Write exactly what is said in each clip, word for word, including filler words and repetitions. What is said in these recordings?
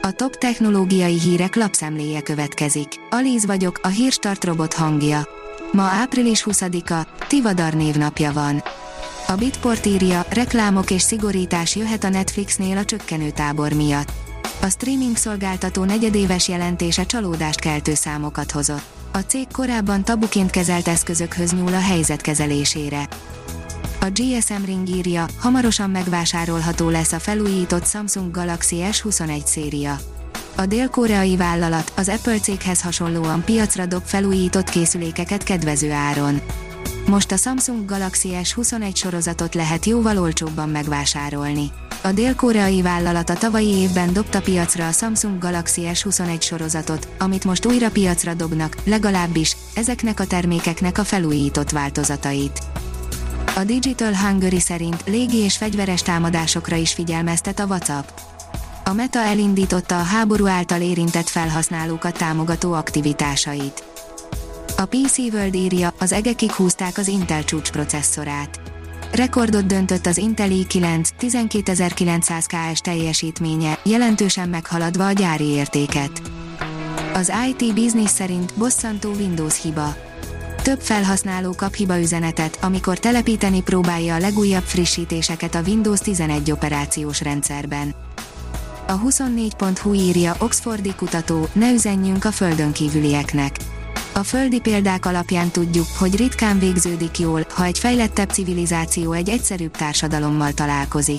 A top technológiai hírek lapszemléje következik. Alíz vagyok, a Hírstart robot hangja. Ma április huszadika, Tivadar névnapja van. A Bitport írja, reklámok és szigorítás jöhet a Netflixnél a csökkenő tábor miatt. A streaming szolgáltató negyedéves jelentése csalódást keltő számokat hozott. A cég korábban tabuként kezelt eszközökhöz nyúl a helyzet kezelésére. A gé es em Ring írja, hamarosan megvásárolható lesz a felújított Samsung Galaxy es huszonegy széria. A dél-koreai vállalat az Apple céghez hasonlóan piacra dob felújított készülékeket kedvező áron. Most a Samsung Galaxy es huszonegy sorozatot lehet jóval olcsóbban megvásárolni. A dél-koreai vállalat a tavalyi évben dobta piacra a Samsung Galaxy es huszonegy sorozatot, amit most újra piacra dobnak, legalábbis ezeknek a termékeknek a felújított változatait. A Digital Hungary szerint légi és fegyveres támadásokra is figyelmeztet a WhatsApp. A Meta elindította a háború által érintett felhasználókat támogató aktivitásait. A pé cé World írja, az egekig húzták az Intel csúcs processzorát. Rekordot döntött az Intel i kilenc tizenkétezer-kilencszáz ká es teljesítménye, jelentősen meghaladva a gyári értéket. Az i té Business szerint bosszantó Windows hiba. Több felhasználó kap hibaüzenetet, amikor telepíteni próbálja a legújabb frissítéseket a Windows tizenegy operációs rendszerben. A huszonnégy pont hu írja, oxfordi kutató, ne üzenjünk a földön kívülieknek. A földi példák alapján tudjuk, hogy ritkán végződik jól, ha egy fejlettebb civilizáció egy egyszerűbb társadalommal találkozik.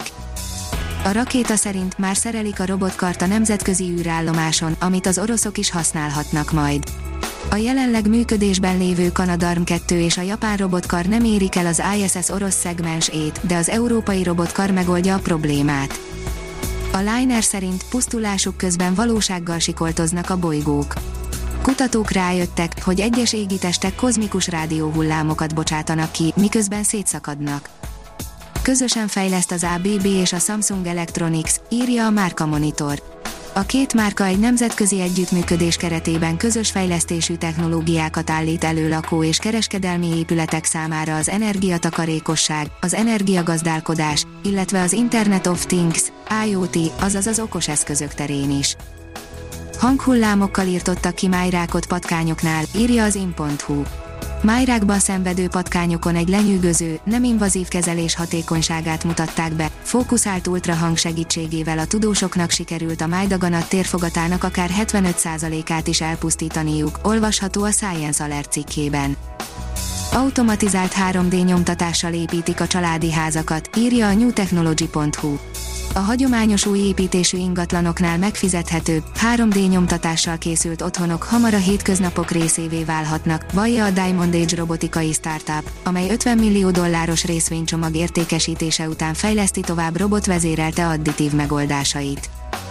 A rakéta szerint már szerelik a robotkart a nemzetközi űrállomáson, amit az oroszok is használhatnak majd. A jelenleg működésben lévő Canadarm kettő és a japán robotkar nem érik el az i es es orosz szegmensét, de az európai robotkar megoldja a problémát. A Liner szerint pusztulásuk közben valósággal sikoltoznak a bolygók. Kutatók rájöttek, hogy egyes égitestek kozmikus rádióhullámokat bocsátanak ki, miközben szétszakadnak. Közösen fejleszt az á bé bé és a Samsung Electronics, írja a Márka Monitor. A két márka egy nemzetközi együttműködés keretében közös fejlesztésű technológiákat állít elő lakó- és kereskedelmi épületek számára az energiatakarékosság, az energiagazdálkodás, illetve az Internet of Things, i o té, azaz az okos eszközök terén is. Hanghullámokkal írtottak ki májrákot patkányoknál, írja az in pont hu. Májrákban szenvedő patkányokon egy lenyűgöző, nem invazív kezelés hatékonyságát mutatták be, fókuszált ultrahang segítségével a tudósoknak sikerült a májdaganat térfogatának akár hetvenöt százalékát is elpusztítaniuk, olvasható a Science Alert cikkében. Automatizált három dé nyomtatással építik a családi házakat, írja a new technology pont hu. A hagyományos új építésű ingatlanoknál megfizethetőbb, három dé nyomtatással készült otthonok hamar a hétköznapok részévé válhatnak, vallja a Diamond Age robotikai startup, amely ötven millió dolláros részvénycsomag értékesítése után fejleszti tovább robotvezérelte additív megoldásait.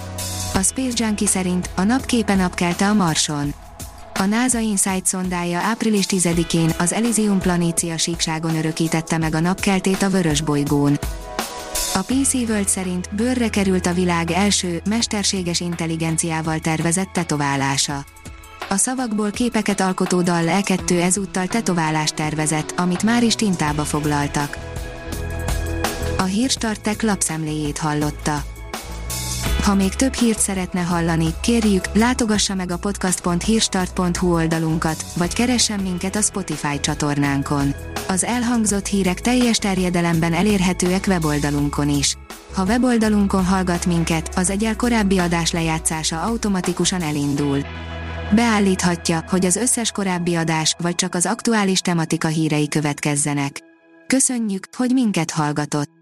A Space Junkie szerint a napképe napkelte a Marson. A NASA Insight szondája április tizedikén az Elysium Planitia síkságon örökítette meg a napkeltét a vörös bolygón. A pé cé World szerint bőrre került a világ első, mesterséges intelligenciával tervezett tetoválása. A szavakból képeket alkotó dal e kettő ezúttal tetoválást tervezett, amit már is tintába foglaltak. A Hírstart Tech lapszemléjét hallotta. Ha még több hírt szeretne hallani, kérjük, látogassa meg a podcast pont hírstart pont hu oldalunkat, vagy keressen minket a Spotify csatornánkon. Az elhangzott hírek teljes terjedelemben elérhetőek weboldalunkon is. Ha weboldalunkon hallgat minket, az egyel korábbi adás lejátszása automatikusan elindul. Beállíthatja, hogy az összes korábbi adás, vagy csak az aktuális tematika hírei következzenek. Köszönjük, hogy minket hallgatott!